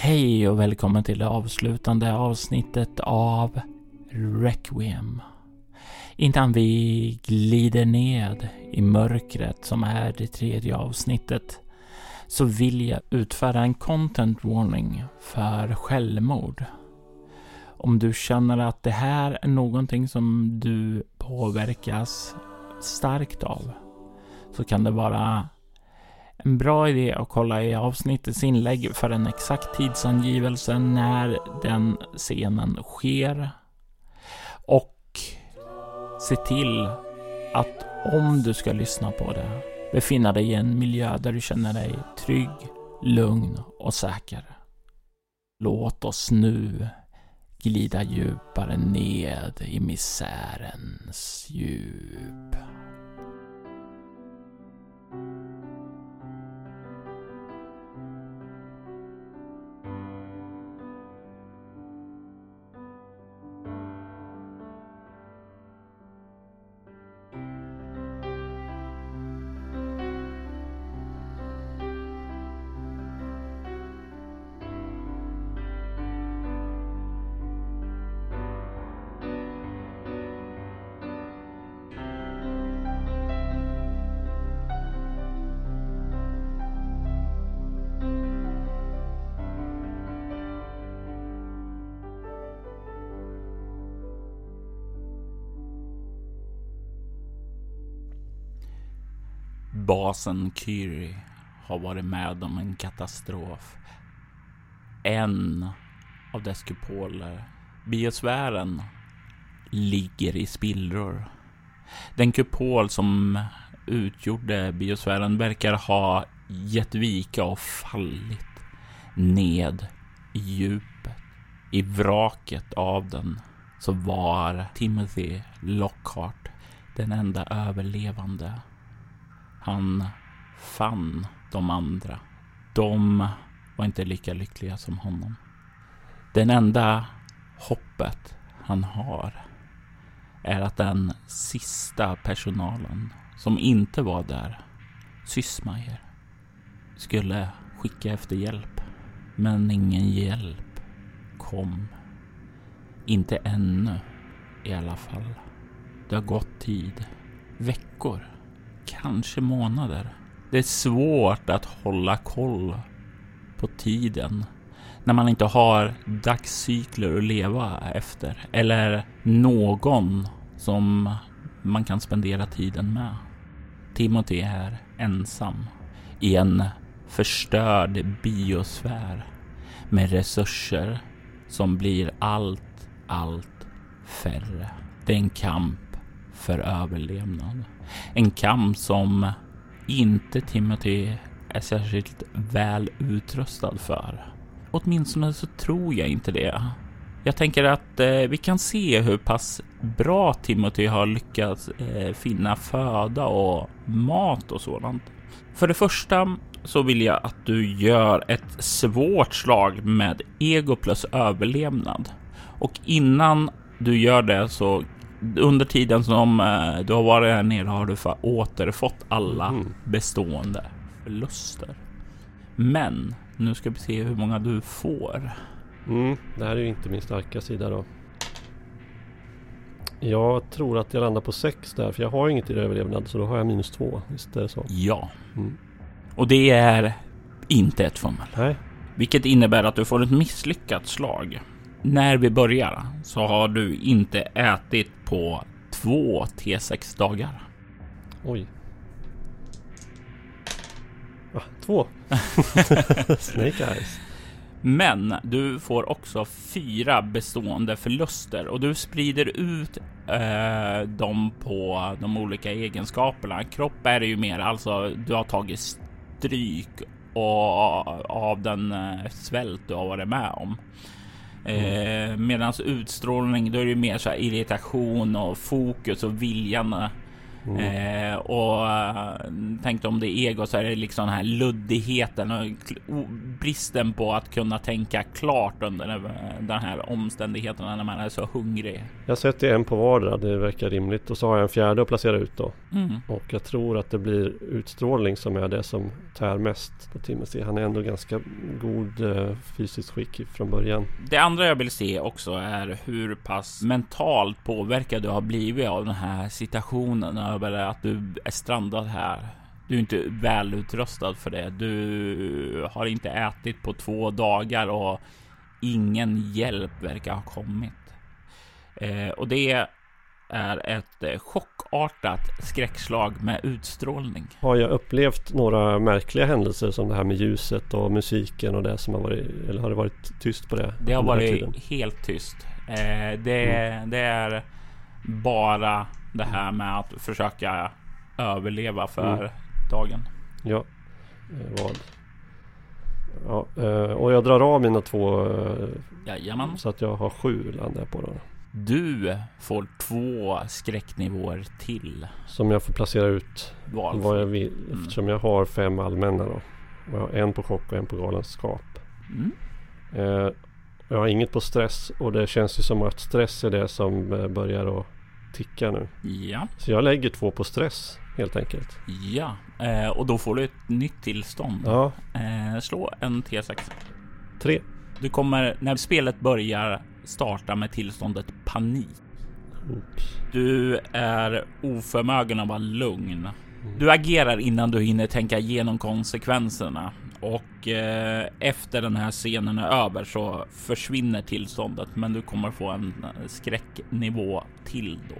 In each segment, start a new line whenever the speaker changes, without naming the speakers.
Hej och välkommen till det avslutande avsnittet av Requiem. Innan vi glider ned i mörkret som är det tredje avsnittet så vill jag utfärda en content warning för självmord. Om du känner att det här är någonting som du påverkas starkt av så kan det vara en bra idé att kolla i avsnittets inlägg för en exakt tidsangivelse när den scenen sker. Och se till att om du ska lyssna på det, befinna dig i en miljö där du känner dig trygg, lugn och säker. Låt oss nu glida djupare ned i misärens djup. Basen Kyrie har varit med om en katastrof. En av dess kupoler, biosfären, ligger i spillror. Den kupol som utgjorde biosfären verkar ha gett vika och fallit ned i djupet. I vraket av den så var Timothy Lockhart den enda överlevande. Han fann de andra. De var inte lika lyckliga som honom. Den enda hoppet han har är att den sista personalen som inte var där, Sysmayer, skulle skicka efter hjälp. Men ingen hjälp kom. Inte ännu i alla fall. Det har gått tid. Veckor. Kanske månader. Det är svårt att hålla koll på tiden när man inte har dagscykler att leva efter eller någon som man kan spendera tiden med. Timothy är ensam i en förstörd biosfär med resurser som blir allt färre. Det är en kamp för överlevnad. En kamp som inte Timothy är särskilt väl utrustad för. Åtminstone så tror jag inte det. Jag tänker att vi kan se hur pass bra Timothy har lyckats finna föda och mat och sådant. För det första så vill jag att du gör ett svårt slag med ego plus överlevnad. Och innan du gör det så under tiden som du har varit här nere har du återfått alla bestående förluster. Men nu ska vi se hur många du får.
Det här är ju inte min starka sida då. Jag tror att jag landar på 6 där, för jag har inget i överlevnad, så då har jag -2. Visst är det så?
Ja. Och det är inte ett fummel.
Nej.
Vilket innebär att du får ett misslyckat slag. När vi börjar så har du inte ätit på 2 T6 dagar.
Oj. 2. Snake eyes.
Men du får också 4 bestående förluster och du sprider ut dem på de olika egenskaperna. Kropp är det ju mer, alltså du har tagit stryk och av den svält du har varit med om. Medans utstrålning, då är det mer så här irritation och fokus och viljan Och tänkte om det är ego så är det liksom den här luddigheten och bristen på att kunna tänka klart under den här omständigheten när man är så hungrig.
Jag sätter en på vardera, det verkar rimligt. Och så har jag en fjärde att placera ut då. Och jag tror att det blir utstrålning som är det som tär mest på Timothy. Han är ändå ganska god fysiskt skick från början.
Det andra jag vill se också är hur pass mentalt påverkad du har blivit av den här situationen, över att du är strandad här. Du är inte välutrustad för det. Du har inte ätit på 2 dagar och ingen hjälp verkar ha kommit. Och det är ett chockartat skräckslag med utstrålning.
Har jag upplevt några märkliga händelser som det här med ljuset och musiken och det som har varit, eller har det varit tyst på det?
Det har varit helt tyst. Det är bara det här med att försöka överleva för dagen.
Ja, vad? Ja, och jag drar av mina 2
Jajamän.
så att jag har 7 landar jag på då.
Du får 2 skräcknivåer till.
Som jag får placera ut vad jag vill. Eftersom jag har 5 allmänna då. Jag har en på chock och en på galenskap. Jag har inget på stress. Och det känns ju som att stress är det som börjar att ticka nu.
Ja.
Så jag lägger 2 på stress helt enkelt.
Ja, och då får du ett nytt tillstånd.
Ja.
Slå en T6.
3.
Du kommer, när spelet börjar, starta med tillståndet panik.
Oops.
Du är oförmögen att vara lugn. Du agerar innan du hinner tänka igenom konsekvenserna. Och efter den här scenen är över så försvinner tillståndet. Men du kommer få en skräcknivå till då.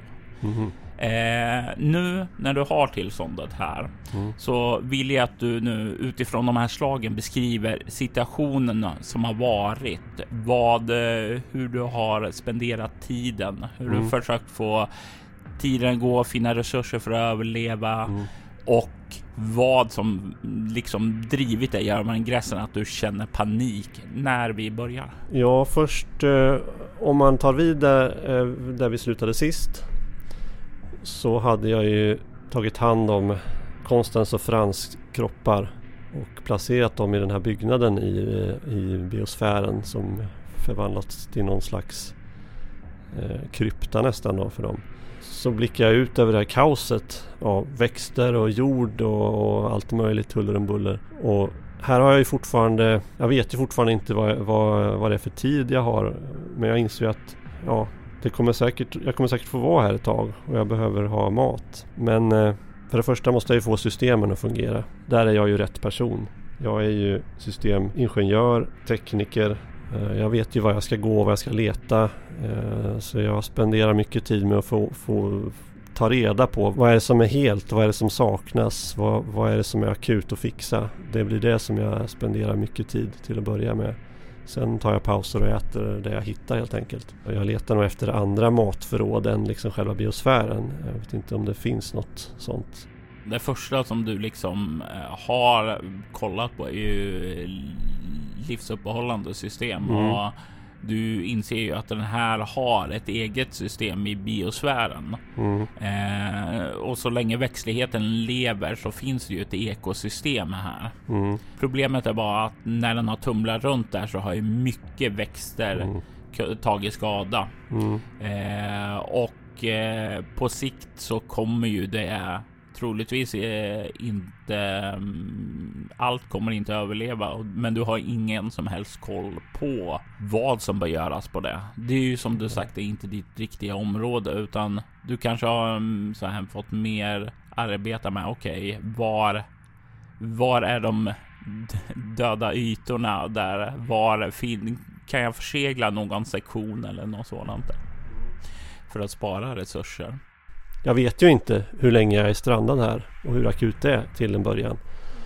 Nu när du har tillståndet här så vill jag att du nu utifrån de här slagen beskriver situationen som har varit, hur du har spenderat tiden, hur du försökt få tiden gå, finna resurser för att överleva och vad som liksom drivit dig över ingressen att du känner panik när vi börjar.
Ja, först om man tar vid där vi slutade sist, så hade jag ju tagit hand om Konstans och Frans kroppar och placerat dem i den här byggnaden i biosfären som förvandlats till någon slags krypta nästan då för dem. Så blickar jag ut över det här kaoset av växter och jord och allt möjligt huller och buller. Och här har jag ju fortfarande, jag vet ju fortfarande inte vad det är för tid jag har, men jag inser ju att jag kommer säkert få vara här ett tag och jag behöver ha mat. Men för det första måste jag ju få systemen att fungera. Där är jag ju rätt person. Jag är ju systemingenjör, tekniker. Jag vet ju var jag ska gå och var jag ska leta. Så jag spenderar mycket tid med att få ta reda på vad är det som är helt, vad är det som saknas, vad är det som är akut att fixa. Det blir det som jag spenderar mycket tid till att börja med. Sen tar jag pauser och äter det jag hittar helt enkelt. Jag letar nog efter andra matförråd än liksom själva biosfären. Jag vet inte om det finns något sånt.
Det första som du liksom har kollat på är ju livsuppehållande system. Och du inser ju att den här har ett eget system i biosfären. Och så länge växtligheten lever så finns det ju ett ekosystem här. Problemet är bara att när den har tumlat runt där så har ju mycket växter tagit skada. Och på sikt så kommer ju det troligtvis inte, allt kommer inte överleva, men du har ingen som helst koll på vad som bör göras på det. Det är ju som du sagt, det är inte ditt riktiga område, utan du kanske har så här fått mer arbeta med, okej, var är de döda ytorna där, kan jag försegla någon sektion eller något sådant för att spara resurser.
Jag vet ju inte hur länge jag är strandad här och hur akut det är till en början.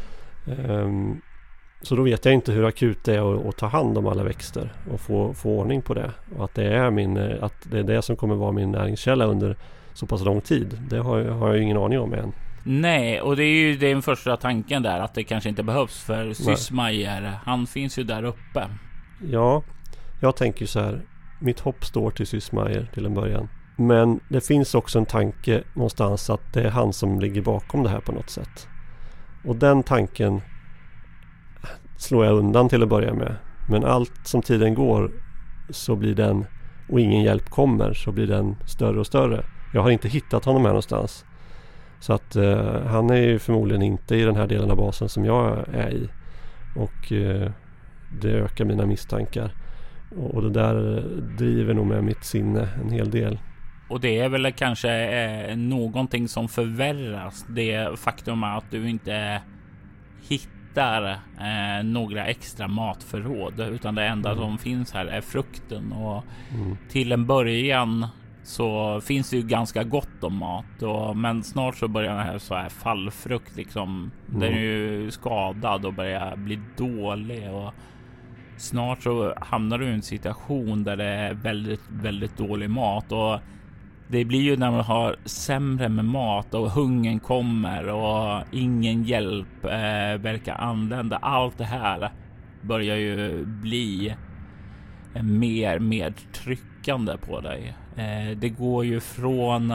Så då vet jag inte hur akut det är att ta hand om alla växter och få ordning på det. Och att det är det som kommer vara min näringskälla under så pass lång tid. Det har jag ju ingen aning om än.
Nej, och det är ju den första tanken där, att det kanske inte behövs, för Sysmajer, han finns ju där uppe.
Ja, jag tänker så här. Mitt hopp står till Sysmajer till en början. Men det finns också en tanke någonstans att det är han som ligger bakom det här på något sätt. Och den tanken slår jag undan till att börja med. Men allt som tiden går så blir den, och ingen hjälp kommer, så blir den större och större. Jag har inte hittat honom här någonstans. Så att han är ju förmodligen inte i den här delen av basen som jag är i. Och det ökar mina misstankar. Och det där driver nog med mitt sinne en hel del.
Och det är väl kanske någonting som förvärras. Det faktum att du inte hittar några extra matförråd, utan det enda som finns här är frukten. Och till en början så finns det ju ganska gott om mat. Men snart så börjar det här så här fallfrukt liksom. Den är ju skadad och börjar bli dålig. Och snart så hamnar du i en situation där det är väldigt, väldigt dålig mat. Och det blir ju när man har sämre med mat och hungern kommer och ingen hjälp verkar använda. Allt det här börjar ju bli mer tryckande på dig. Det går ju från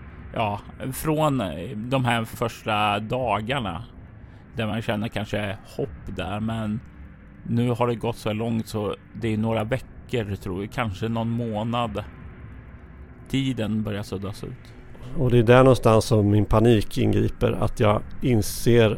de här första dagarna där man känner kanske hopp där, men nu har det gått så långt så det är några veckor, tror jag, kanske någon månad. Tiden börjar suddas ut.
Och det är där någonstans som min panik ingriper, att jag inser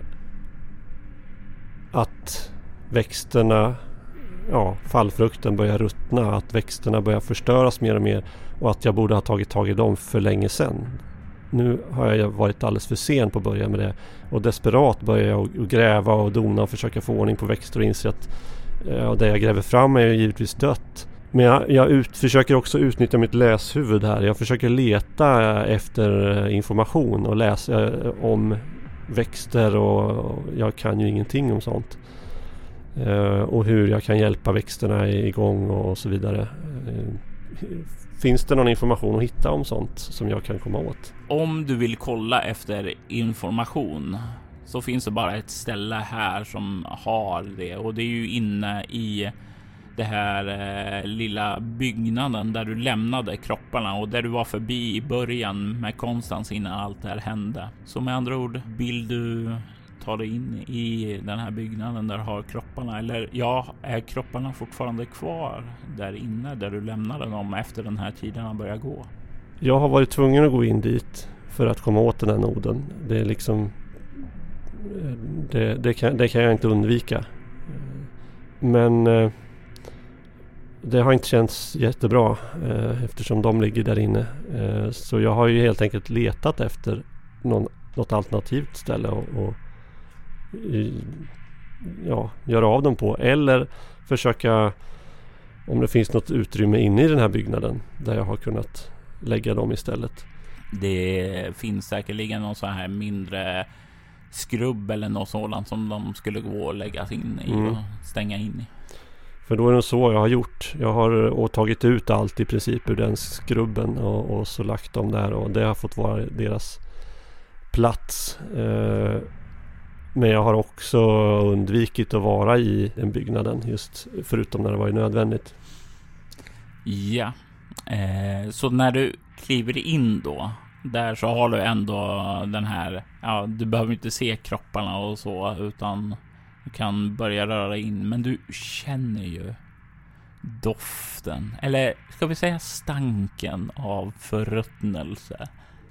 att växterna, fallfrukten börjar ruttna, att växterna börjar förstöras mer och mer och att jag borde ha tagit tag i dem för länge sedan. Nu har jag varit alldeles för sen på att börja med det och desperat börjar jag gräva och dona och försöka få ordning på växter och inse att det jag gräver fram är ju givetvis dött. Men jag försöker också utnyttja mitt läshuvud här. Jag försöker leta efter information och läsa om växter och jag kan ju ingenting om sånt. Och hur jag kan hjälpa växterna igång och så vidare. Finns det någon information att hitta om sånt som jag kan komma åt?
Om du vill kolla efter information så finns det bara ett ställe här som har det, och det är ju inne i det här lilla byggnaden där du lämnade kropparna och där du var förbi i början med Konstans innan allt det här hände. Så med andra ord, vill du ta dig in i den här byggnaden där du har kropparna, eller är kropparna fortfarande kvar där inne där du lämnade dem efter den här tiden har börjat gå?
Jag har varit tvungen att gå in dit för att komma åt den här noden. Det är liksom det kan jag inte undvika. Men det har inte känts jättebra eftersom de ligger där inne. Så jag har ju helt enkelt letat efter något alternativt ställe och göra av dem på. Eller försöka, om det finns något utrymme inne i den här byggnaden där jag har kunnat lägga dem istället.
Det finns säkerligen någon så här mindre skrubb eller något sådant som de skulle gå och lägga in i och stänga in i.
För då är det så jag har gjort. Jag har tagit ut allt i princip ur den skrubben och så lagt dem där, och det har fått vara deras plats. Men jag har också undvikit att vara i den byggnaden, just förutom när det var nödvändigt.
Ja, så när du kliver in då, där så har du ändå den här, du behöver inte se kropparna och så, utan du kan börja röra in, men du känner ju doften, eller ska vi säga stanken av förruttnelse.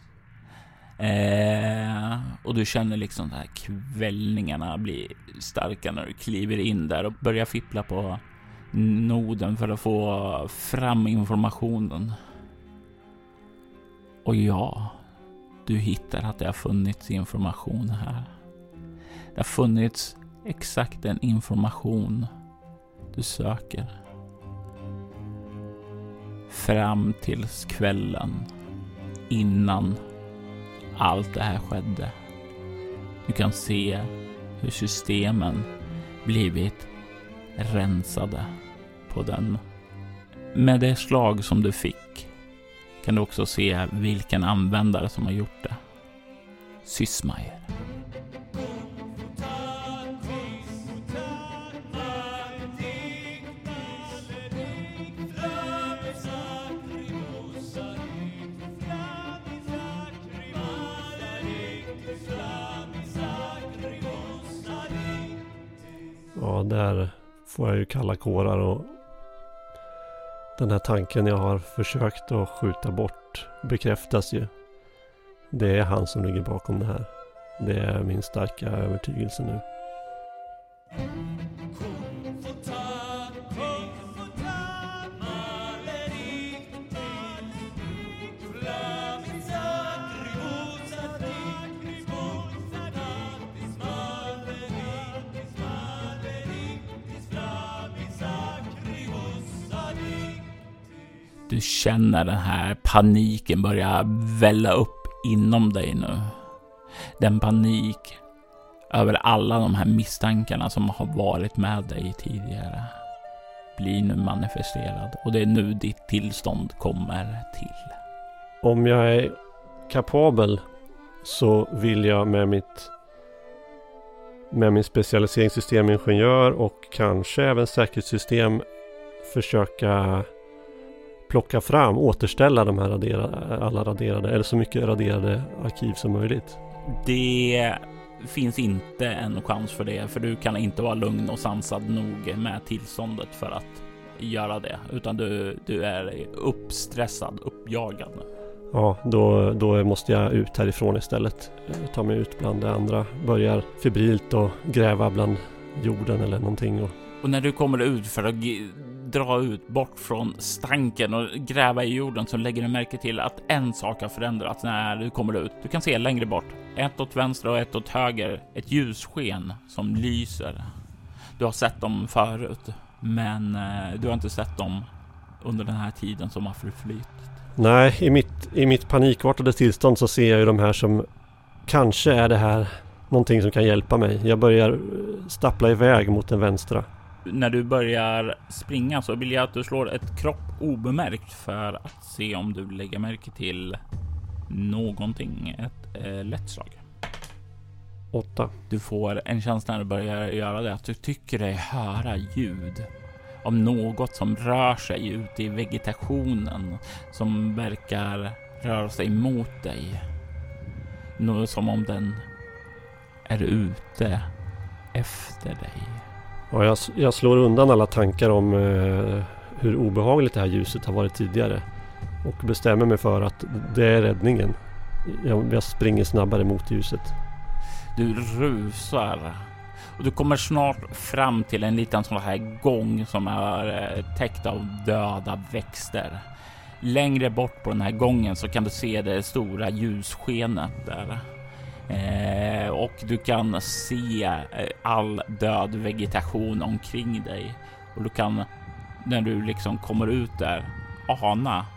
Och du känner liksom de här kvällningarna blir starka när du kliver in där och börjar fippla på noden för att få fram informationen. Och du hittar att det har funnits information här. Det har funnits exakt den information du söker. Fram tills kvällen innan allt det här skedde. Du kan se hur systemen blivit rensade på den. Med det slag som du fick kan du också se vilken användare som har gjort det. Sysmayer.
Och där får jag ju kalla kårar och den här tanken jag har försökt att skjuta bort bekräftas ju. Det är han som ligger bakom det här. Det är min starka övertygelse nu.
Du känner den här paniken börja välla upp inom dig nu. Den panik över alla de här misstankarna som har varit med dig tidigare blir nu manifesterad. Och det är nu ditt tillstånd kommer till.
Om jag är kapabel så vill jag med min specialisering systemingenjör och kanske även säkerhetssystem försöka plocka fram, återställa de här alla raderade, eller så mycket raderade arkiv som möjligt.
Det finns inte en chans för det, för du kan inte vara lugn och sansad nog med tillståndet för att göra det, utan du är uppstressad, uppjagad.
Ja, då måste jag ut härifrån istället. Ta mig ut bland det andra, börjar febrilt och gräva bland jorden eller någonting.
Och när du kommer ut för att dra ut bort från stanken och gräva i jorden, så lägger du märke till att en sak har förändrats när du kommer ut. Du kan se längre bort, ett åt vänster och ett åt höger, ett ljussken som lyser. Du har sett dem förut, men du har inte sett dem under den här tiden som har förflyttat.
Nej, i mitt panikartade tillstånd så ser jag ju de här som kanske är det här någonting som kan hjälpa mig. Jag börjar stappla iväg mot den vänstra.
När du börjar springa så vill jag att du slår ett kropp obemärkt för att se om du lägger märke till någonting. Ett lätt slag.
8.
Du får en känsla när du börjar göra det att du tycker dig höra ljud av något som rör sig ute i vegetationen, som verkar röra sig mot dig. Något som om den är ute efter dig.
Ja, jag slår undan alla tankar om hur obehagligt det här ljuset har varit tidigare och bestämmer mig för att det är räddningen. Jag springer snabbare mot ljuset.
Du rusar och du kommer snart fram till en liten sån här gång som är täckt av döda växter. Längre bort på den här gången så kan du se det stora ljusskenet där. Och du kan se all död vegetation omkring dig. Och du kan, när du liksom kommer ut där, ana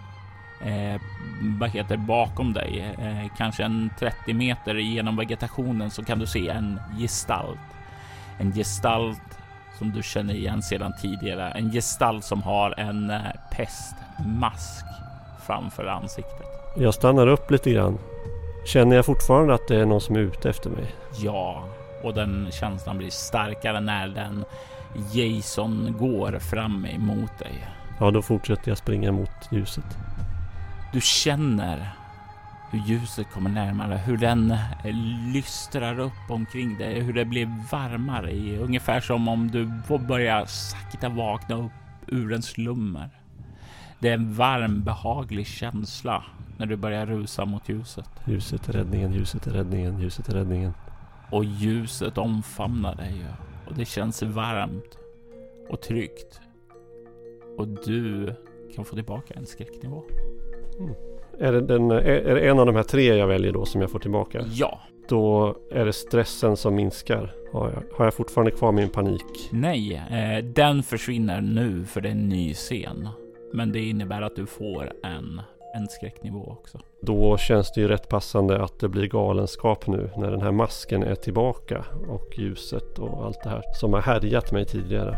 bakom dig, kanske en 30 meter genom vegetationen, så kan du se en gestalt. En gestalt som du känner igen sedan tidigare. En gestalt som har en pestmask framför ansiktet. Jag
stannar upp lite grann. Känner jag fortfarande att det är någon som är ute efter mig?
Ja, och den känslan blir starkare när den Jason går fram emot dig.
Ja, då fortsätter jag springa mot ljuset.
Du känner hur ljuset kommer närmare, hur den lystrar upp omkring dig, hur det blir varmare, ungefär som om du börjar sakta vakna upp ur en slummer. Det är en varm, behaglig känsla när du börjar rusa mot ljuset.
Ljuset är räddningen, ljuset är räddningen, ljuset är räddningen.
Och ljuset omfamnar dig och det känns varmt och tryggt. Och du kan få tillbaka en skräcknivå.
Mm. Är det en av de här 3 jag väljer då som jag får tillbaka?
Ja.
Då är det stressen som minskar. Har jag fortfarande kvar min panik?
Nej, den försvinner nu för det är en ny scen. Men det innebär att du får en skräcknivå också.
Då känns det ju rätt passande att det blir galenskap nu när den här masken är tillbaka och ljuset och allt det här som har härjat mig tidigare.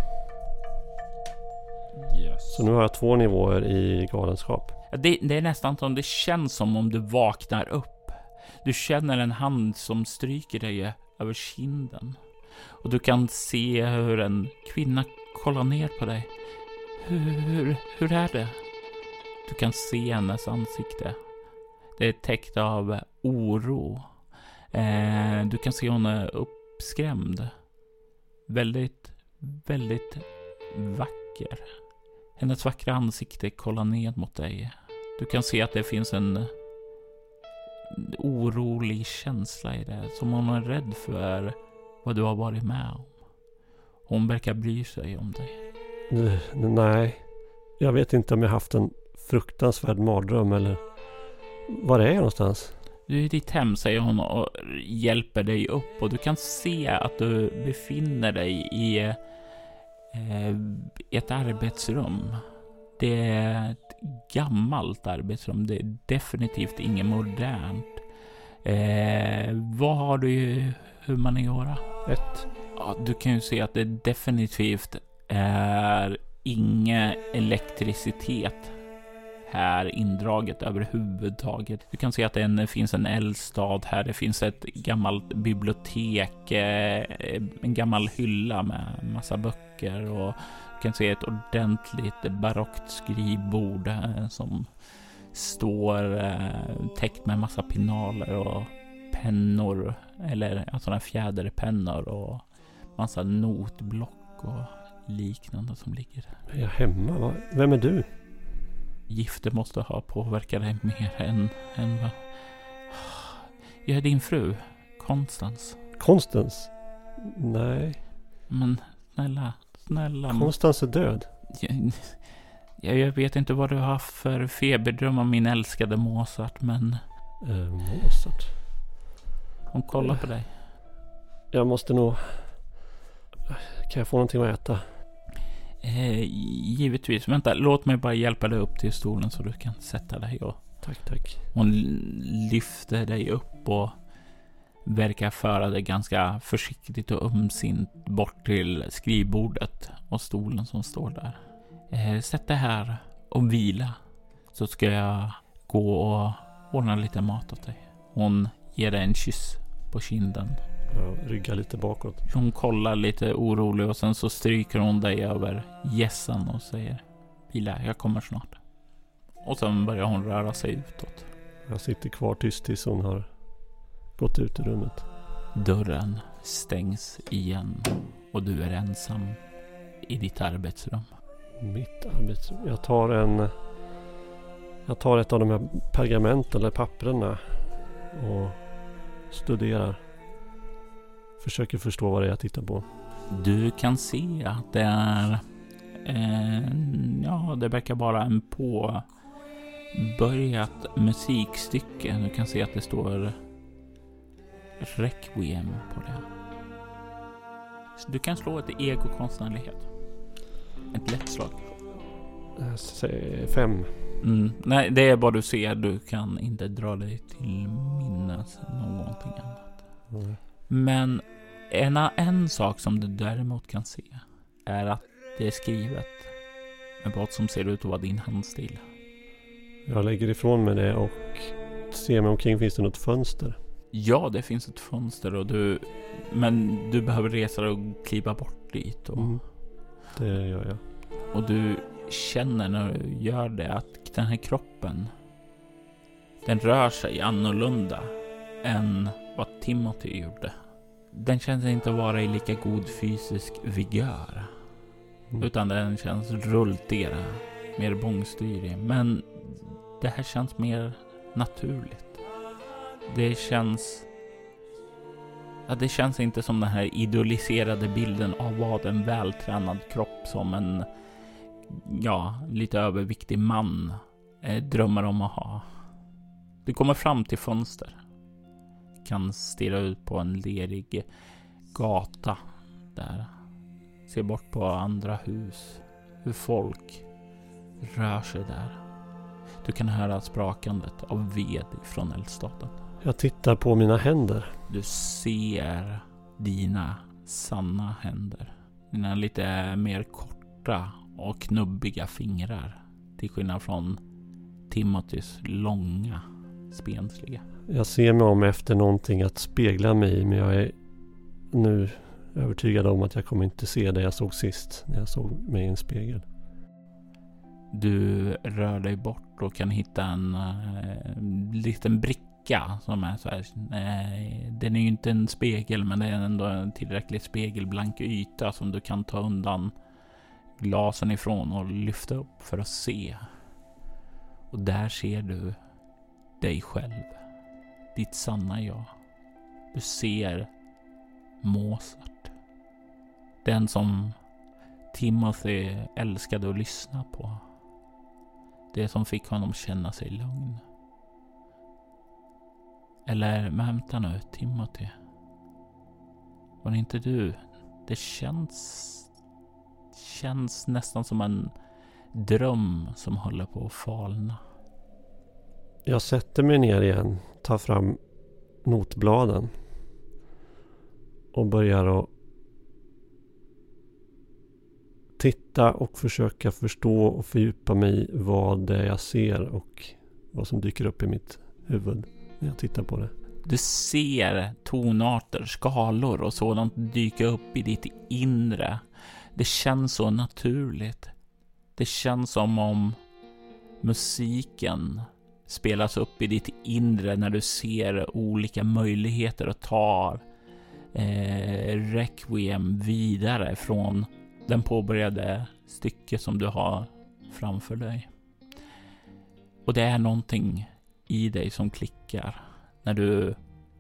Yes.
Så nu har jag 2 nivåer i galenskap.
Det är nästan som det känns som om du vaknar upp. Du känner en hand som stryker dig över kinden. Och du kan se hur en kvinna kollar ner på dig. Hur är det? Du kan se hennes ansikte. Det är täckt av oro. Du kan se hon är uppskrämd. Väldigt väldigt vacker. Hennes vackra ansikte kollar ned mot dig. Du kan se att det finns en orolig känsla i det. Som hon är rädd för vad du har varit med om. Hon verkar bry sig om dig.
Nej, jag vet inte om jag haft en fruktansvärd mardröm eller var är jag någonstans?
Du är i ditt hem, säger hon och hjälper dig upp. Och du kan se att du befinner dig i ett arbetsrum. Det är ett gammalt arbetsrum. Det är definitivt inget modernt. Vad har du i humaniora?
1.
Ja, du kan ju se att det definitivt är ingen elektricitet här indraget överhuvudtaget. Du kan se att det finns en eldstad här. Det finns ett gammalt bibliotek, en gammal hylla med massa böcker och du kan se ett ordentligt barockt skrivbord som står täckt med massa pinaler och pennor eller sådana fjäderpennor och massa notblock och liknande som ligger.
Är jag hemma? Vem är du?
Gifter måste ha påverkat dig mer än vad... Jag är din fru, Konstans.
Konstans? Nej.
Men snälla.
Konstans är död.
Jag vet inte vad du har haft för feberdröm om min älskade Mozart, men...
Mozart?
Hon kollar på dig.
Jag måste nog... Kan jag få någonting att äta?
Givetvis. Vänta, låt mig bara hjälpa dig upp till stolen så du kan sätta dig. Och
Tack.
hon lyfter dig upp och verkar föra dig ganska försiktigt och ömsint bort till skrivbordet och stolen som står där. Sätt dig här och vila, så ska jag gå och ordna lite mat åt dig. Hon ger dig en kyss på kinden.
Jag ryggar lite bakåt.
Hon kollar lite orolig och sen så stryker hon dig över gässan och säger: vila, jag kommer snart. Och sen börjar hon röra sig utåt.
Jag sitter kvar tyst tills hon har gått ut ur rummet.
Dörren stängs igen och du är ensam i ditt arbetsrum.
Mitt arbetsrum? Jag tar ett av de här pergamenten eller papperna och studerar. Försöker förstå vad det är jag tittar på.
Du kan se att det är det verkar vara en påbörjat musikstycke. Du kan se att det står Requiem på det. Så du kan slå ett ego-konstnärlighet. Ett lätt slag.
5.
Nej, det är vad du ser. Du kan inte dra dig till minnes någonting annat. Men en sak som du däremot kan se är att det är skrivet med vad som ser ut att vara din handstil.
Jag lägger ifrån mig det och ser mig omkring. Finns det något fönster?
Ja, det finns ett fönster men du behöver resa dig och kliva bort dit.
Det gör jag.
Och du känner när du gör det att den här kroppen, den rör sig annorlunda än vad Timothy gjorde. Den känns inte vara i lika god fysisk vigör. Utan den känns rulltera, mer bångstyrig. Men det här känns mer naturligt. Det känns inte som den här idoliserade bilden av vad en vältränad kropp som en lite överviktig man drömmer om att ha. Du kommer fram till fönster. Kan stirra ut på en lerig gata där. Se bort på andra hus. Hur folk rör sig där. Du kan höra sprakandet av ved från eldstaden. Jag
tittar på mina händer.
Du ser dina sanna händer. Dina lite mer korta och knubbiga fingrar. Till skillnad från Timothys långa, spensliga.
Jag ser mig om efter någonting att spegla mig i, men jag är nu övertygad om att jag kommer inte se det jag såg sist när jag såg mig i en spegel. Du
rör dig bort och kan hitta en liten bricka bricka som är så här. Den är ju inte en spegel, men det är ändå en tillräckligt spegelblank yta som du kan ta undan glasen ifrån och lyfta upp för att se. Och där ser du dig själv. Ditt sanna jag. Du ser Mozart. Den som Timothy älskade att lyssna på. Det som fick honom känna sig lugn. Eller, men vänta nu, Timothy. Var det inte du? Det känns nästan som en dröm som håller på att falna.
Jag sätter mig ner igen, tar fram notbladen och börjar att titta och försöka förstå och fördjupa mig i vad det är jag ser och vad som dyker upp i mitt huvud när jag tittar på det.
Du ser tonarter, skalor och sådant dyka upp i ditt inre. Det känns så naturligt. Det känns som om musiken spelas upp i ditt inre när du ser olika möjligheter att ta Requiem vidare från den påbörjade stycke som du har framför dig. Och det är någonting i dig som klickar när du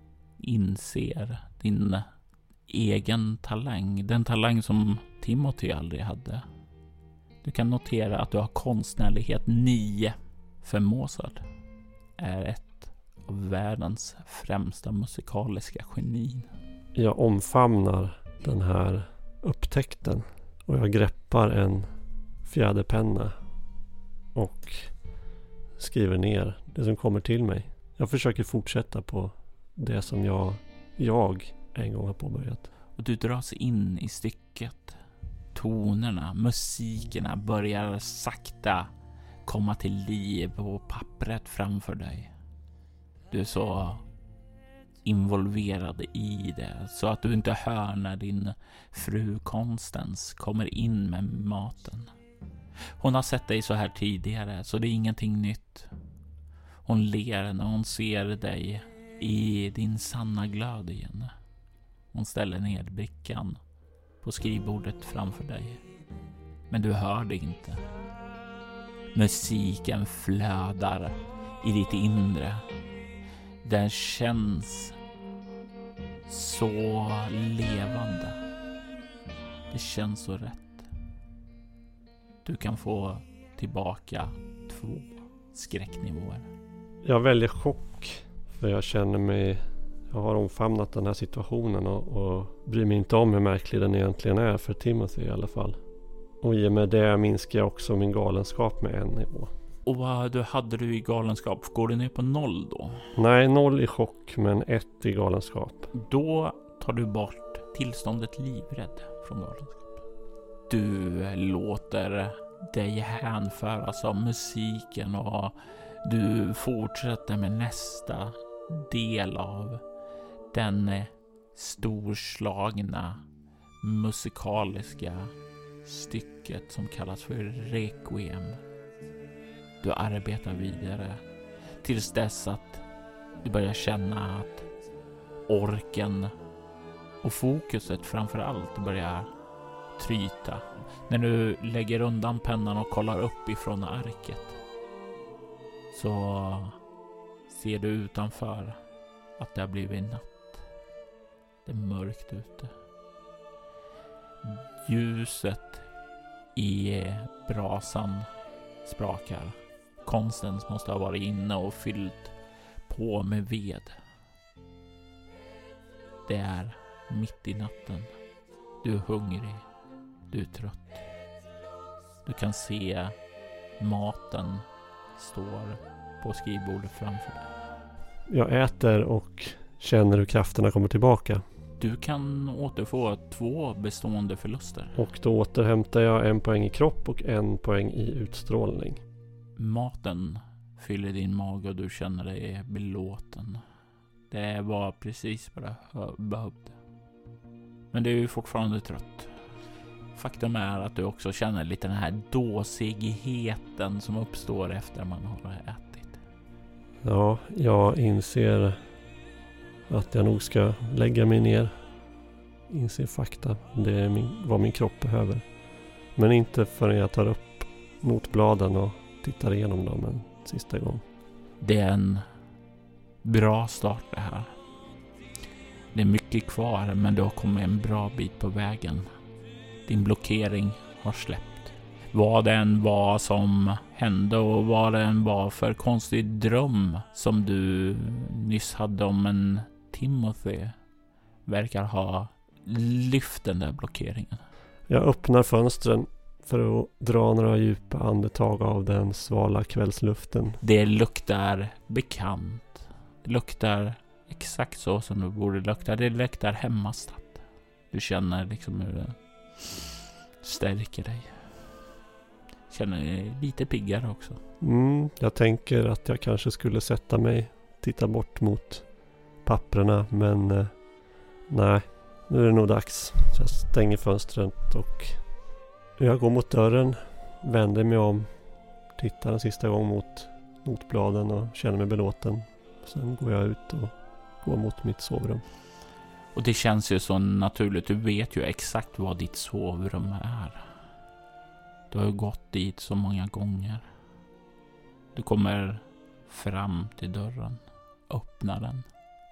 inser din egen talang. Den talang som Timothy aldrig hade. Du kan notera att du har konstnärlighet 9, för Mozart är ett av världens främsta musikaliska genin.
Jag omfamnar den här upptäckten och jag greppar en fjäderpenna och skriver ner det som kommer till mig. Jag försöker fortsätta på det som jag en gång har påbörjat.
Och du dras in i stycket. Tonerna, musikerna börjar sakta komma till liv på pappret framför dig. Du är så involverad i det så att du inte hör när din fru Constance kommer in med maten. Hon har sett dig så här tidigare så det är ingenting nytt. Hon ler när hon ser dig i din sanna glöd igen. Hon ställer ner brickan på skrivbordet framför dig. Men du hör det inte. Musiken flödar i ditt inre. Den känns så levande. Det känns så rätt. Du kan få tillbaka 2 skräcknivåer.
Jag väljer chock för jag har omfamnat den här situationen och bryr mig inte om hur märklig den egentligen är för Timothy i alla fall. Och i och med det minskar jag också min galenskap med 1 nivå.
Och vad hade du i galenskap? Går du ner på 0 då?
Nej, 0 i chock men 1 i galenskap.
Då tar du bort tillståndet livrädd från galenskap. Du låter dig hänföras av musiken och du fortsätter med nästa del av den storslagna musikaliska stycket som kallas för Requiem. Du arbetar vidare tills dess att du börjar känna att orken och fokuset framför allt börjar tryta. När du lägger undan pennan och kollar upp ifrån arket så ser du utanför att det har blivit natt. Det är mörkt ute. Ljuset i brasan sprakar. Constance måste ha varit inne och fyllt på med ved. Det är mitt i natten. Du är hungrig. Du är trött. Du kan se maten står på skrivbordet framför dig.
Jag äter och känner hur krafterna kommer tillbaka.
Du kan återfå 2 bestående förluster.
Och då återhämtar jag 1 poäng i kropp och 1 poäng i utstrålning.
Maten fyller din mage och du känner dig belåten. Det var precis vad du behövde. Men du är ju fortfarande trött. Faktum är att du också känner lite den här dåsigheten som uppstår efter man har ätit.
Ja, jag inser att jag nog ska lägga mig ner. Inser fakta. Det är vad min kropp behöver. Men inte förrän jag tar upp notbladen och tittar igenom dem en sista gång.
Det är en bra start det här. Det är mycket kvar, men du har kommit en bra bit på vägen. Din blockering har släppt. Vad det än var som hände och vad det än var för konstig dröm som du nyss hade om en Timothy verkar ha lyft den där blockeringen.
Jag öppnar fönstren för att dra några djupa andetag av den svala kvällsluften.
Det luktar bekant. Det luktar exakt så som du borde lukta. Det luktar hemmastat. Du känner liksom hur det stärker dig. Känner dig lite piggare också.
Jag tänker att jag kanske skulle sätta mig, titta bort mot papperna, men nej, nu är det nog dags. Så jag stänger fönstret och jag går mot dörren, vänder mig om, tittar en sista gång mot notbladen och känner mig belåten. Sen går jag ut och går mot mitt sovrum.
Och det känns ju så naturligt. Du vet ju exakt vad ditt sovrum är. Du har ju gått dit så många gånger. Du kommer fram till dörren, öppnar den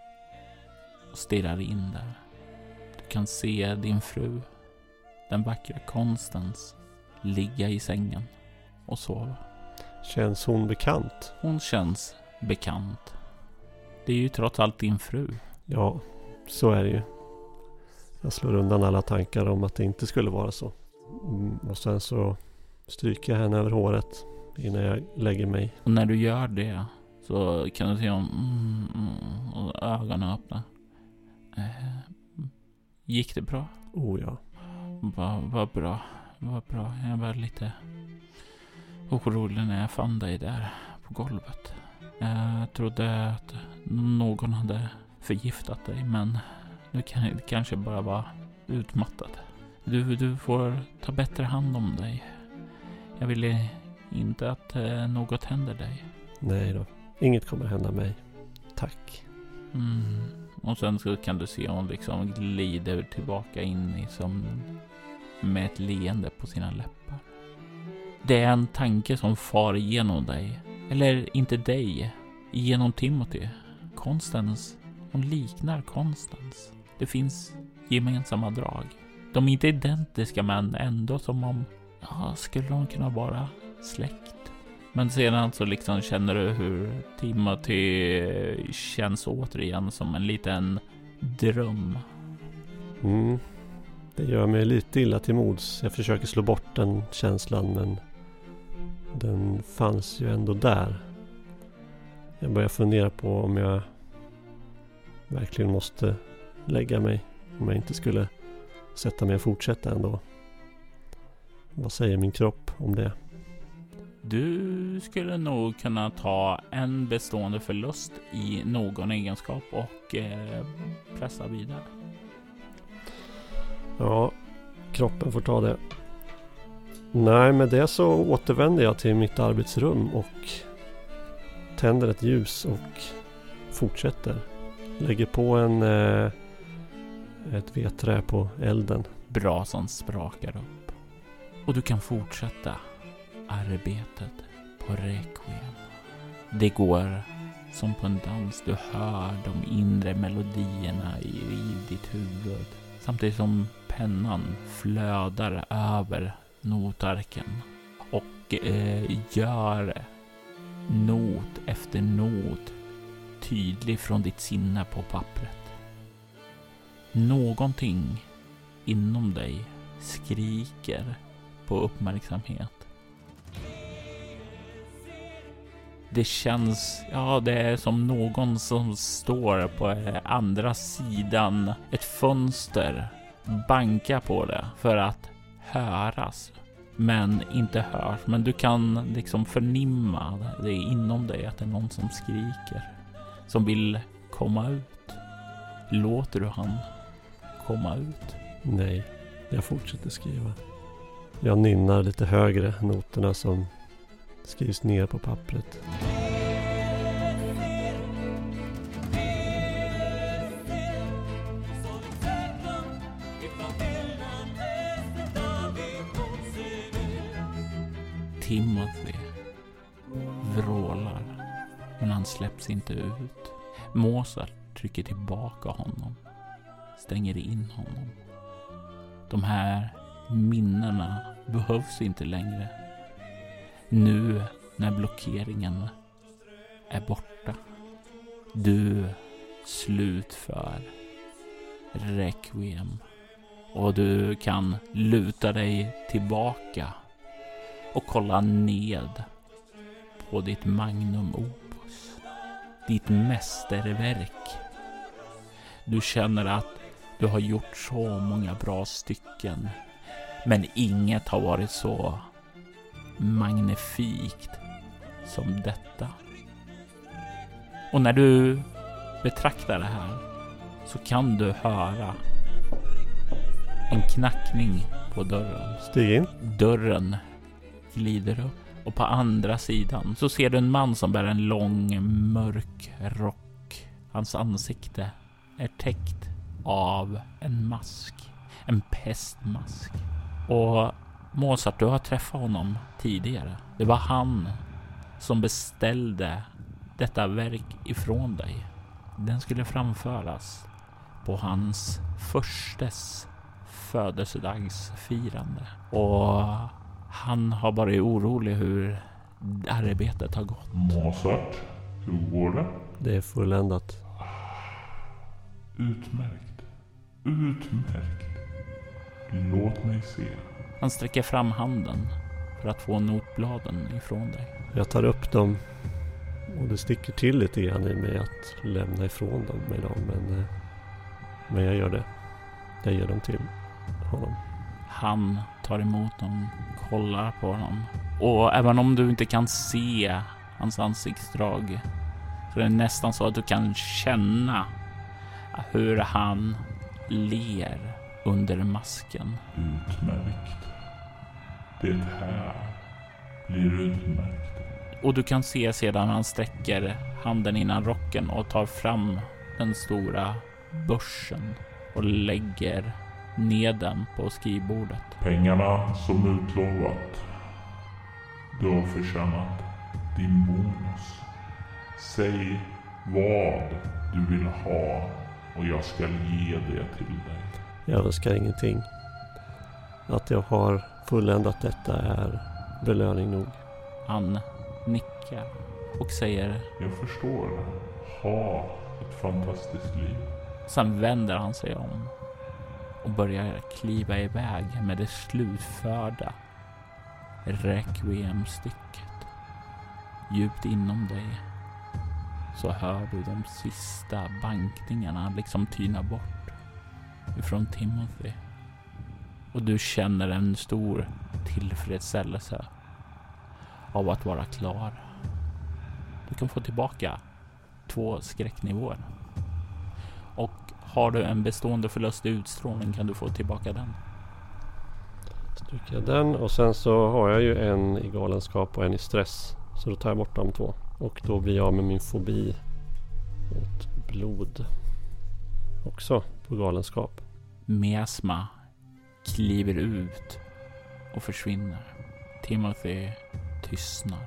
och stirrar in där. Du kan se din fru, den vackra Constance, ligga i sängen och sova.
Känns hon bekant?
Hon känns bekant. Det är ju trots allt din fru.
Ja, så är det ju. Jag slår undan alla tankar om att det inte skulle vara så. Och sen så stryker jag henne över håret innan jag lägger mig.
Och när du gör det så kan du se om och ögonen öppna. Gick det bra?
Oh ja.
Vad bra. Vad bra. Jag var lite orolig när jag fann dig där på golvet. Jag trodde att någon hade förgiftat dig, men du kanske bara var utmattad. Du får ta bättre hand om dig. Jag vill inte att något händer dig.
Nej då. Inget kommer hända mig. Tack.
Och sen så kan du se hon liksom glider tillbaka in i som med ett leende på sina läppar. Det är en tanke som far igenom dig. Eller inte dig. Genom Timothy. Constance. Hon liknar Constance. Det finns gemensamma drag. De är inte identiska, men ändå som om skulle de kunna vara släkt. Men sedan så liksom känner du hur Timothy känns återigen som en liten dröm.
Det gör mig lite illa till mods. Jag försöker slå bort den känslan, men den fanns ju ändå där. Jag börjar fundera på om jag verkligen måste lägga mig. Om jag inte skulle sätta mig och fortsätta ändå. Vad säger min kropp om det?
Du skulle nog kunna ta en bestående förlust i någon egenskap och pressa vidare.
Ja, kroppen får ta det. Nej, med det så återvänder jag till mitt arbetsrum och tänder ett ljus och fortsätter. Lägger på ett vedträ på elden.
Brasan sprakar upp. Och du kan fortsätta arbetet på Requiem. Det går som på en dans. Du hör de inre melodierna i ditt huvud. Samtidigt som pennan flödar över notarken. Och gör not efter not tydlig från ditt sinne på pappret. Någonting inom dig skriker på uppmärksamhet. Det känns, det är som någon som står på andra sidan ett fönster, bankar på det för att höras, men inte hörs. Men du kan liksom förnimma det inom dig att det är någon som skriker, som vill komma ut. Låter du han komma ut?
Nej, jag fortsätter skriva. Jag nynnar lite högre noterna som skrivs ner på pappret.
Timothy vrålar, men han släpps inte ut. Mozart trycker tillbaka honom, stänger in honom. De här minnena behövs inte längre. Nu när blockeringen är borta. Du slutför Requiem och du kan luta dig tillbaka och kolla ned på ditt magnum opus, ditt mästerverk. Du känner att du har gjort så många bra stycken, men inget har varit så magnifikt som detta. Och när du betraktar det här så kan du höra en knackning på dörren.
Stig in.
Dörren glider upp och på andra sidan så ser du en man som bär en lång mörk rock. Hans ansikte är täckt av en mask, en pestmask. Och Mozart, du har träffat honom tidigare. Det var han som beställde detta verk ifrån dig. Den skulle framföras på hans förstes födelsedagsfirande. Och han har varit orolig hur arbetet har gått.
Mozart, hur går det?
Det är fulländat.
Utmärkt. Utmärkt. Låt mig se.
Han sträcker fram handen för att få notbladen ifrån dig.
Jag tar upp dem och det sticker till lite grann i mig att lämna ifrån dem med dem. Men jag gör det. Jag ger dem till honom.
Han tar emot dem, kollar på dem. Och även om du inte kan se hans ansiktsdrag så är det nästan så att du kan känna hur han ler under masken.
Utmärkt. Det här blir utmärkt.
Och du kan se sedan han sträcker handen innan rocken och tar fram den stora börsen och lägger ner den på skrivbordet.
Pengarna som utlovat. Du har förtjänat din bonus. Säg vad du vill ha och jag ska ge det till dig.
Jag önskar ingenting. Att jag har fulländat detta är belöning nog.
Han nickar och säger:
Jag förstår. Ha ett fantastiskt liv.
Sen vänder han sig om och börjar kliva iväg med det slutförda Requiem-stycket. Djupt inom dig så hör du de sista bankningarna liksom tyna bort ifrån Timothy. Och du känner en stor tillfredsställelse av att vara klar. Du kan få tillbaka 2 skräcknivåer. Och har du en bestående förlust i utstrålning kan du få tillbaka den.
Stryker jag den och sen så har jag ju en i galenskap och en i stress. Så då tar jag bort de 2. Och då blir jag med min fobi mot blod. Också på galenskap.
Miasma kliver ut och försvinner. Timothy tystnar.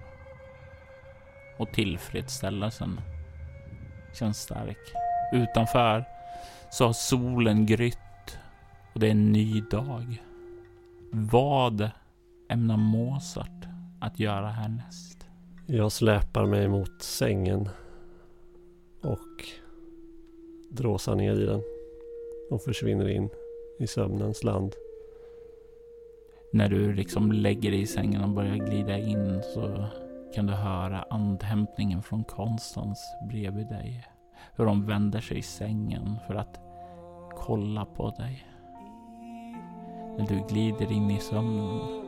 Och tillfredsställelsen känns stark. Utanför så har solen grytt och det är en ny dag. Vad ämnar Mozart att göra härnäst?
Jag släpar mig mot sängen och dråsar ner i den och försvinner in i sömnens land.
När du liksom lägger dig i sängen och börjar glida in så kan du höra andhämtningen från Constance bredvid dig. Hur de vänder sig i sängen för att kolla på dig. När du glider in i sömnen.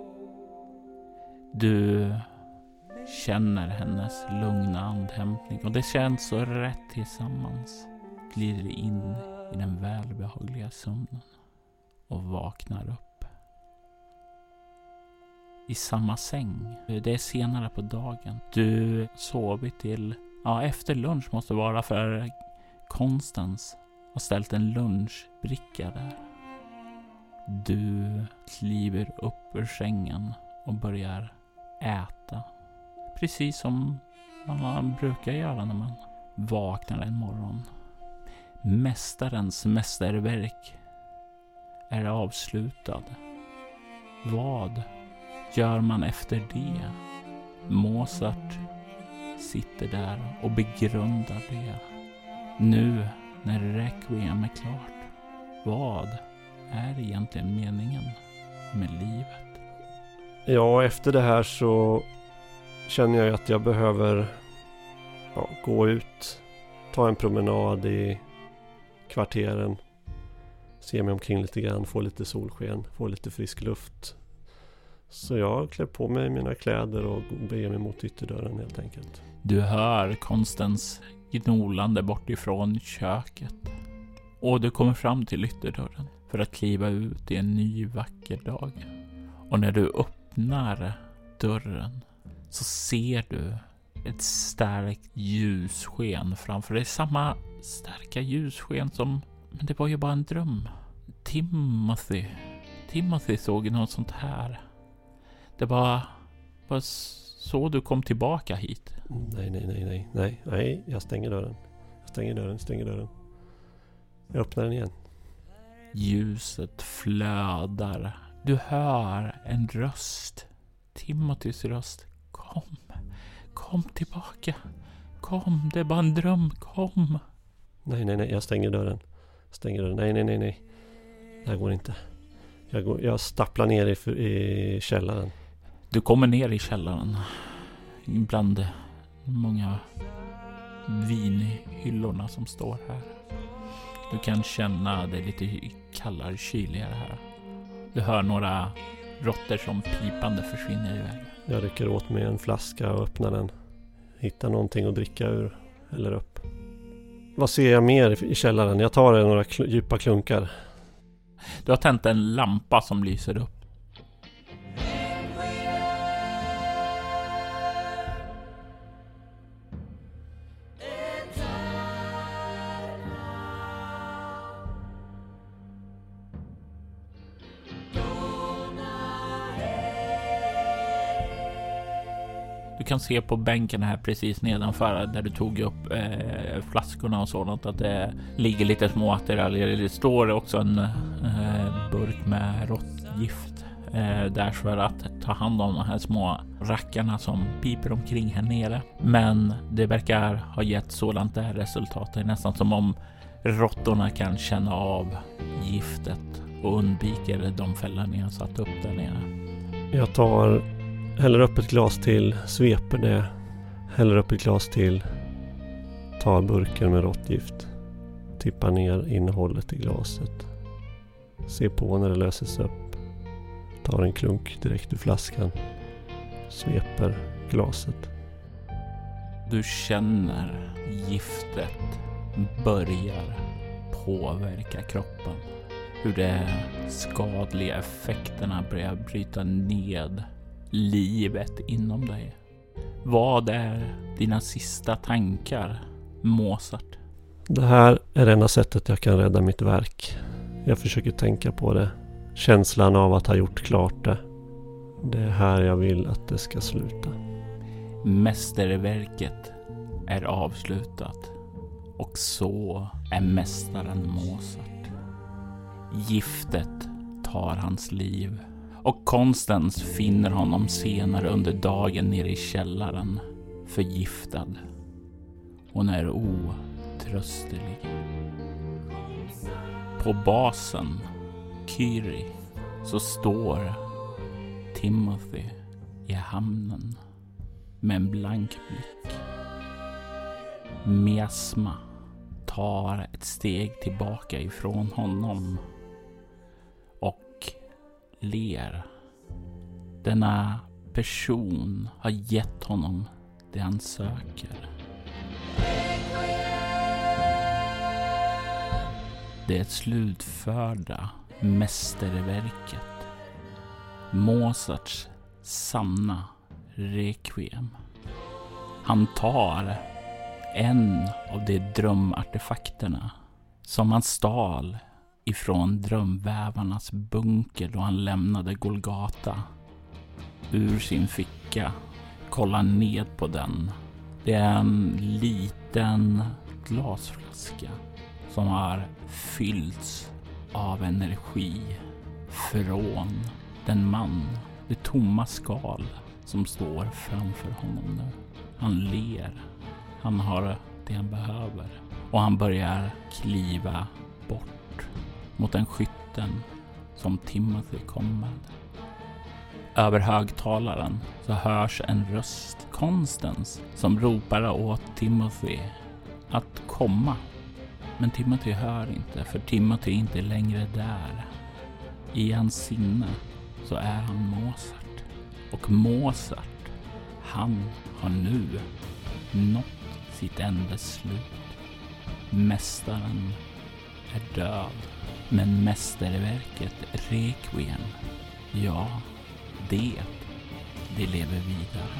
Du känner hennes lugna andhämtning och det känns så rätt tillsammans. Glider in i den välbehagliga sömnen och vaknar upp. I samma säng. Det är senare på dagen. Du sovit till... Ja, efter lunch måste vara för Constance har ställt en lunchbricka där. Du kliver upp ur sängen och börjar äta. Precis som man brukar göra när man vaknar en morgon. Mästarens mästerverk är avslutad. Vad gör man efter det? Mozart sitter där och begrundar det. Nu när Requiem är klart, vad är egentligen meningen med livet?
Ja, efter det här så känner jag att jag behöver gå ut, ta en promenad i kvarteren, se mig omkring lite grann, få lite solsken, få lite frisk luft. Så jag klär på mig mina kläder och beger mig mot ytterdörren helt enkelt.
Du hör Konstens gnolande bort ifrån köket och du kommer fram till ytterdörren för att kliva ut i en ny vacker dag. Och när du öppnar dörren så ser du ett starkt ljussken framför dig. Samma starka ljussken som... Men det var ju bara en dröm. Timothy såg något sånt här. Det var så du kom tillbaka hit. Nej, jag stänger dörren. Stänger dörren. Jag öppnar den igen. Ljuset flödar. Du hör en röst. Timothys röst. Kom tillbaka. Kom, det är bara en dröm. Kom.
Nej, jag stänger dörren. Nej. Det här går inte. Jag stapplar ner i källaren.
Du kommer ner i källaren. Bland många vinhyllorna som står här. Du kan känna det lite kallare, kyligare här. Du hör några råttor som pipande försvinner iväg. Jag
rycker åt mig en flaska och öppnar den. Hittar någonting att dricka ur eller upp. Vad ser jag mer i källaren? Jag tar några djupa klunkar.
Du har tänt en lampa som lyser upp. Du kan se på bänken här precis nedanför där du tog upp flaskorna och sådant att det ligger lite små attiraljer. Det står också en burk med råttgift där för att ta hand om de här små rackarna som piper omkring här nere. Men det verkar ha gett sådant där resultat. Det är nästan som om råttorna kan känna av giftet och undviker de fällor ni har satt upp där nere.
Jag häller upp ett glas till, sveper det, häller upp ett glas till, tar burken med råttgift, tippar ner innehållet i glaset, ser på när det löses upp, tar en klunk direkt ur flaskan, sveper glaset.
Du känner giftet börjar påverka kroppen, hur de skadliga effekterna börjar bryta ned livet inom dig. Vad är dina sista tankar, Mozart?
Det här är det enda sättet jag kan rädda mitt verk. Jag försöker tänka på det. Känslan av att ha gjort klart det. Det är här jag vill att det ska sluta.
Mästerverket är avslutat. Och så är mästaren Mozart. Giftet tar hans liv. Och Konstens finner honom senare under dagen nere i källaren, förgiftad. Hon är otröstelig. På basen, Kyrie, så står Timothy i hamnen med en blank blick. Miasma tar ett steg tillbaka ifrån honom och ler. Denna person har gett honom det han söker. Det slutförda mästerverket. Mozarts sanna Requiem. Han tar en av de drömartefakterna som han stal ifrån drömvävarnas bunker då han lämnade Golgata ur sin ficka flicka kollar ned på den. Det är en liten glasflaska som har fyllts av energi från den man, det tomma skal som står framför honom nu. Han ler. Han har det han behöver. Och han börjar kliva bort mot den skytten som Timothy kom med. Över högtalaren så hörs en röst, Constance, som ropar åt Timothy att komma. Men Timothy hör inte, för Timothy är inte längre där. I hans sinne så är han Mozart. Och Mozart, han har nu nått sitt enda slut. Mästaren är död, men mästerverket Requiem, ja, det lever vidare.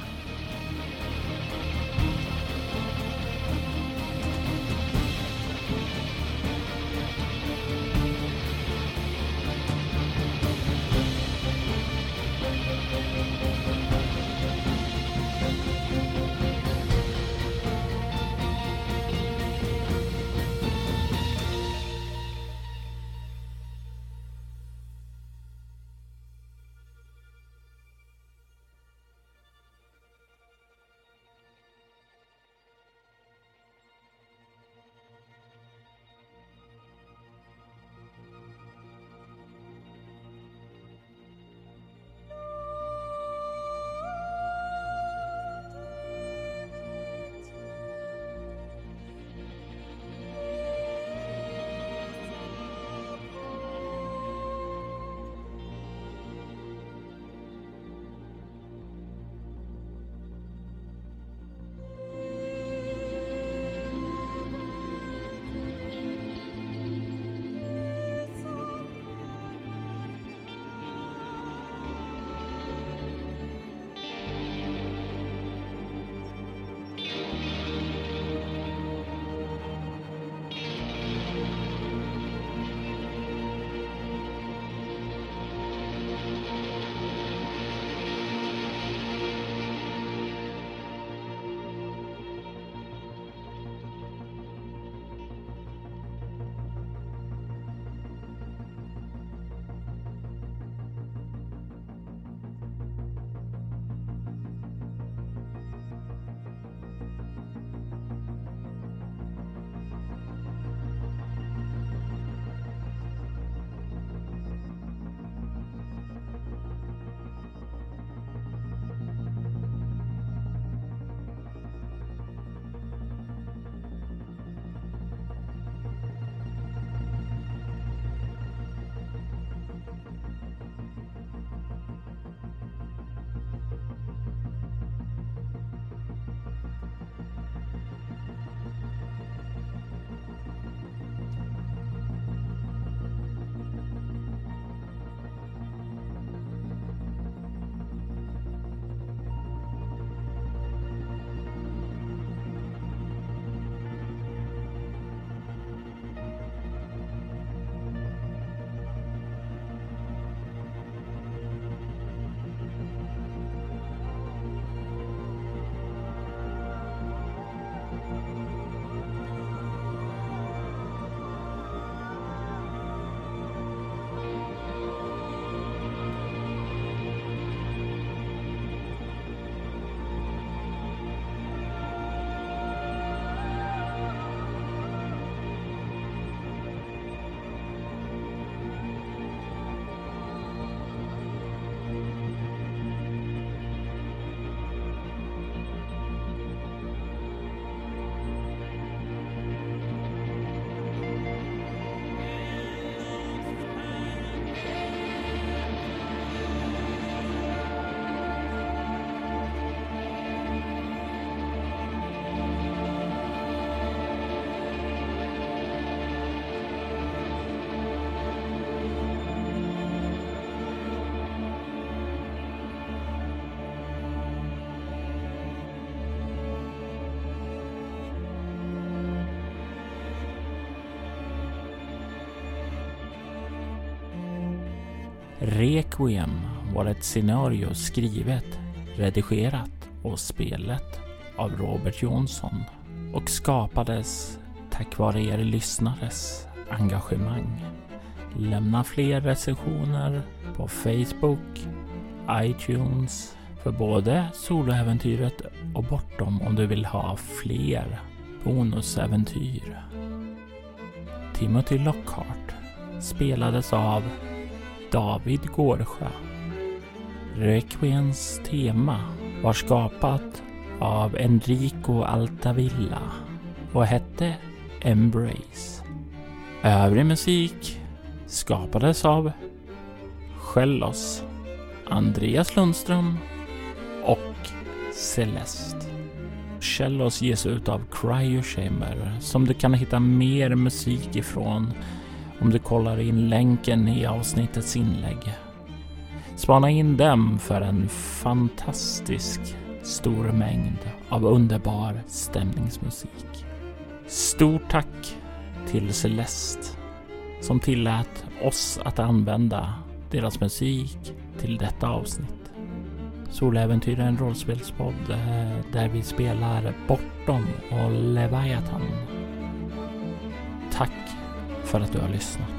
Requiem var ett scenario skrivet, redigerat och spelet av Robert Jonsson och skapades tack vare er lyssnares engagemang. Lämna fler recensioner på Facebook, iTunes för både soloäventyret och bortom om du vill ha fler bonusäventyr. Timothy Lockhart spelades av David Gårdsjö. Requiens tema var skapat av Enrico Altavilla och hette Embrace. Övrig musik skapades av Cellos, Andreas Lundström och Celeste. Cellos ges ut av Cryo Chamber som du kan hitta mer musik ifrån om du kollar in länken i avsnittets inlägg. Spana in dem för en fantastisk stor mängd av underbar stämningsmusik. Stort tack till Celeste som tillät oss att använda deras musik till detta avsnitt. Soläventyr är en rollspelspodd där vi spelar Bortom och Leviathan. Tack för att du har lyssnat.